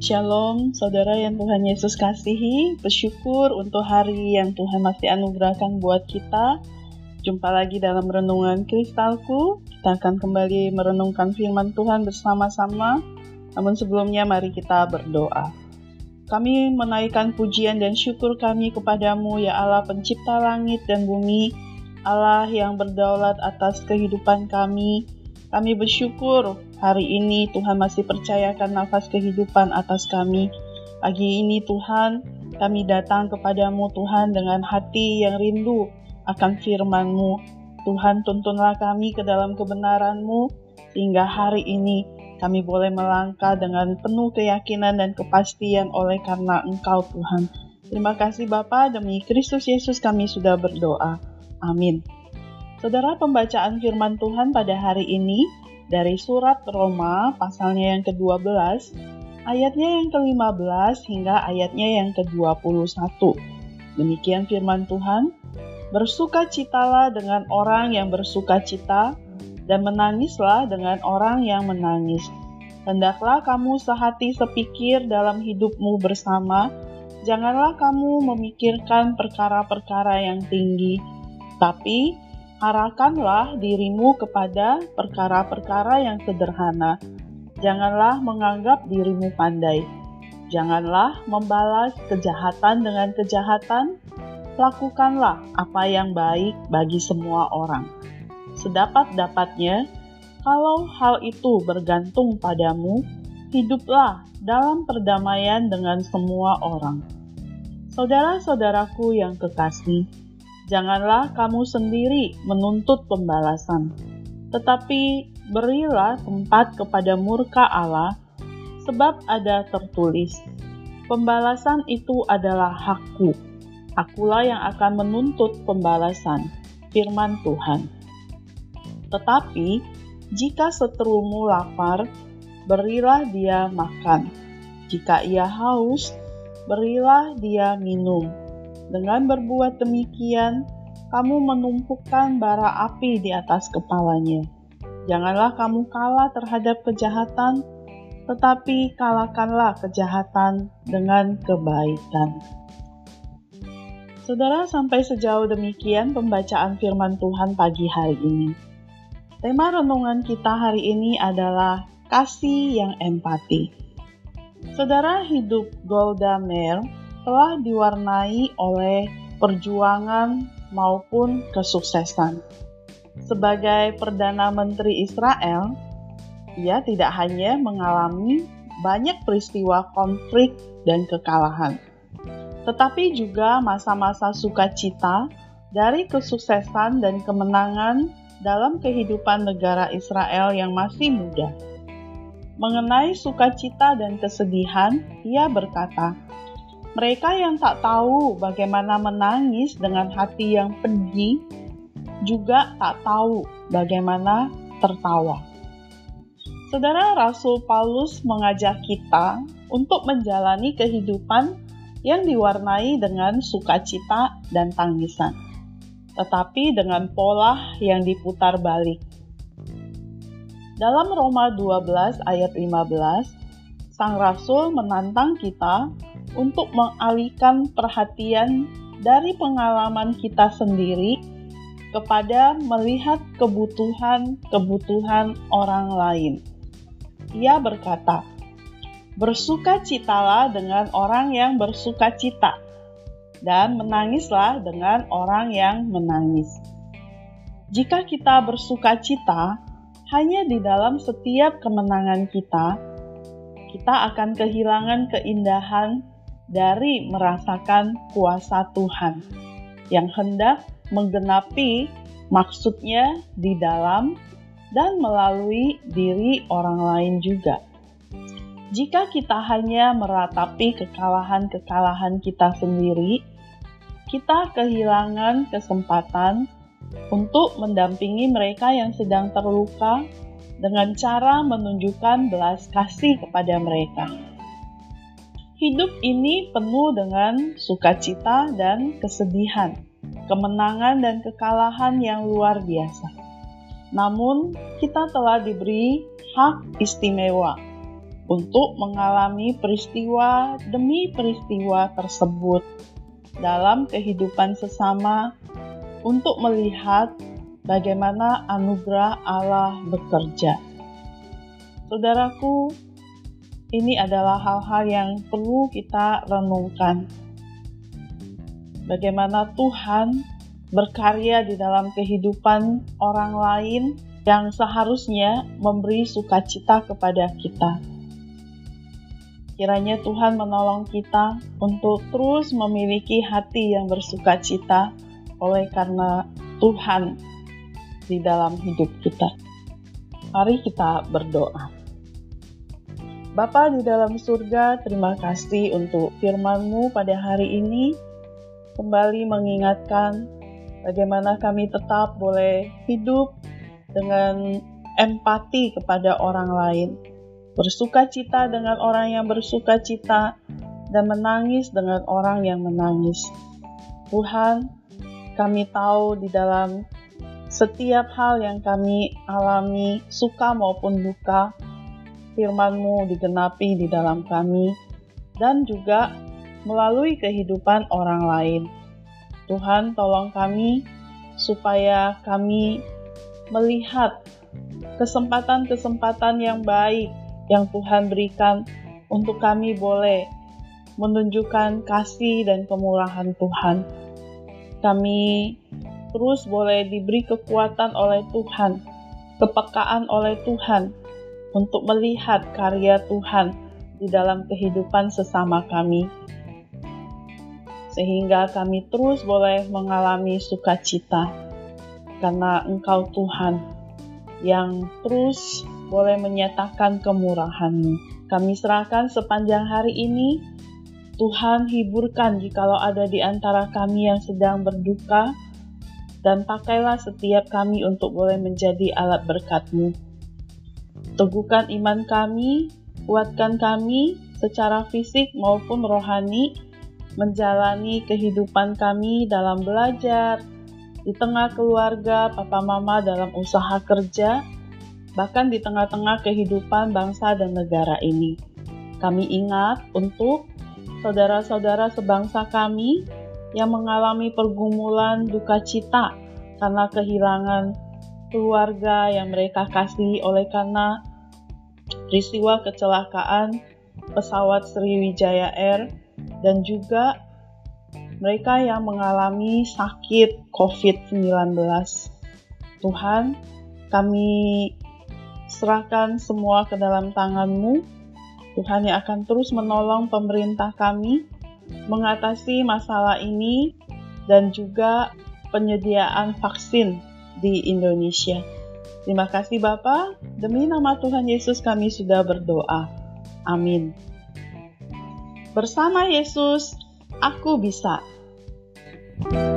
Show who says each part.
Speaker 1: Shalom, saudara yang Tuhan Yesus kasihi. Bersyukur untuk hari yang Tuhan masih anugerahkan buat kita. Jumpa lagi dalam renungan kristalku. Kita akan kembali merenungkan firman Tuhan bersama-sama. Namun sebelumnya mari kita berdoa. Kami menaikkan pujian dan syukur kami kepadamu, ya Allah pencipta langit dan bumi, Allah yang berdaulat atas kehidupan kami. Kami bersyukur hari ini Tuhan masih percayakan nafas kehidupan atas kami. Pagi ini Tuhan, kami datang kepadamu Tuhan dengan hati yang rindu akan firman-Mu. Tuhan, tuntunlah kami ke dalam kebenaran-Mu, sehingga hari ini kami boleh melangkah dengan penuh keyakinan dan kepastian oleh karena Engkau Tuhan. Terima kasih Bapa, demi Kristus Yesus kami sudah berdoa. Amin. Saudara, pembacaan firman Tuhan pada hari ini dari surat Roma pasalnya yang ke-12, ayatnya yang ke-15 hingga ayatnya yang ke-21. Demikian firman Tuhan, bersukacitalah dengan orang yang bersukacita, dan menangislah dengan orang yang menangis. Hendaklah kamu sehati sepikir dalam hidupmu bersama, janganlah kamu memikirkan perkara-perkara yang tinggi, tapi arahkanlah dirimu kepada perkara-perkara yang sederhana. Janganlah menganggap dirimu pandai. Janganlah membalas kejahatan dengan kejahatan. Lakukanlah apa yang baik bagi semua orang. Sedapat-dapatnya, kalau hal itu bergantung padamu, hiduplah dalam perdamaian dengan semua orang. Saudara-saudaraku yang kekasih, janganlah kamu sendiri menuntut pembalasan, tetapi berilah tempat kepada murka Allah, sebab ada tertulis, pembalasan itu adalah hakku, akulah yang akan menuntut pembalasan, firman Tuhan. Tetapi, jika seterumu lapar, berilah dia makan. Jika ia haus, berilah dia minum. Dengan berbuat demikian, kamu menumpukan bara api di atas kepalanya. Janganlah kamu kalah terhadap kejahatan, tetapi kalahkanlah kejahatan dengan kebaikan. Saudara, sampai sejauh demikian pembacaan firman Tuhan pagi hari ini. Tema renungan kita hari ini adalah kasih yang empati. Saudara, hidup Golda Meir telah diwarnai oleh perjuangan maupun kesuksesan. Sebagai Perdana Menteri Israel, ia tidak hanya mengalami banyak peristiwa konflik dan kekalahan, tetapi juga masa-masa sukacita dari kesuksesan dan kemenangan dalam kehidupan negara Israel yang masih muda. Mengenai sukacita dan kesedihan, ia berkata, mereka yang tak tahu bagaimana menangis dengan hati yang pedih, juga tak tahu bagaimana tertawa. Saudara, Rasul Paulus mengajak kita untuk menjalani kehidupan yang diwarnai dengan sukacita dan tangisan, tetapi dengan pola yang diputar balik. Dalam Roma 12 ayat 15, Sang Rasul menantang kita untuk mengalihkan perhatian dari pengalaman kita sendiri kepada melihat kebutuhan orang lain. Ia berkata, bersukacitalah dengan orang yang bersukacita, dan menangislah dengan orang yang menangis. Jika kita bersukacita hanya di dalam setiap kemenangan kita akan kehilangan keindahan dari merasakan kuasa Tuhan yang hendak menggenapi maksudnya di dalam dan melalui diri orang lain juga. Jika kita hanya meratapi kekalahan-kekalahan kita sendiri, kita kehilangan kesempatan untuk mendampingi mereka yang sedang terluka dengan cara menunjukkan belas kasih kepada mereka. Hidup ini penuh dengan sukacita dan kesedihan, kemenangan dan kekalahan yang luar biasa. Namun, kita telah diberi hak istimewa untuk mengalami peristiwa demi peristiwa tersebut dalam kehidupan sesama, untuk melihat bagaimana anugerah Allah bekerja. Saudaraku, ini adalah hal-hal yang perlu kita renungkan. Bagaimana Tuhan berkarya di dalam kehidupan orang lain yang seharusnya memberi sukacita kepada kita. Kiranya Tuhan menolong kita untuk terus memiliki hati yang bersukacita oleh karena Tuhan di dalam hidup kita. Mari kita berdoa. Bapa di dalam surga, terima kasih untuk firman-Mu pada hari ini, kembali mengingatkan bagaimana kami tetap boleh hidup dengan empati kepada orang lain, bersukacita dengan orang yang bersukacita, dan menangis dengan orang yang menangis. Tuhan, kami tahu di dalam setiap hal yang kami alami, suka maupun duka, firman-Mu digenapi di dalam kami, dan juga melalui kehidupan orang lain. Tuhan, tolong kami supaya kami melihat kesempatan-kesempatan yang baik yang Tuhan berikan untuk kami boleh menunjukkan kasih dan kemurahan Tuhan. Kami terus boleh diberi kekuatan oleh Tuhan, kepekaan oleh Tuhan untuk melihat karya Tuhan di dalam kehidupan sesama kami, sehingga kami terus boleh mengalami sukacita karena Engkau Tuhan yang terus boleh menyatakan kemurahan-Mu. Kami serahkan sepanjang hari ini. Tuhan, hiburkan jikalau ada di antara kami yang sedang berduka, dan pakailah setiap kami untuk boleh menjadi alat berkat-Mu. Teguhkan iman kami, kuatkan kami secara fisik maupun rohani, menjalani kehidupan kami dalam belajar, di tengah keluarga, papa mama dalam usaha kerja, bahkan di tengah-tengah kehidupan bangsa dan negara ini. Kami ingat untuk saudara-saudara sebangsa kami yang mengalami pergumulan duka cita karena kehilangan keluarga yang mereka kasihi oleh karena peristiwa kecelakaan pesawat Sriwijaya Air, dan juga mereka yang mengalami sakit COVID-19. Tuhan, kami serahkan semua ke dalam tangan-Mu. Tuhan yang akan terus menolong pemerintah kami mengatasi masalah ini dan juga penyediaan vaksin di Indonesia. Terima kasih Bapa, demi nama Tuhan Yesus kami sudah berdoa. Amin. Bersama Yesus, aku bisa.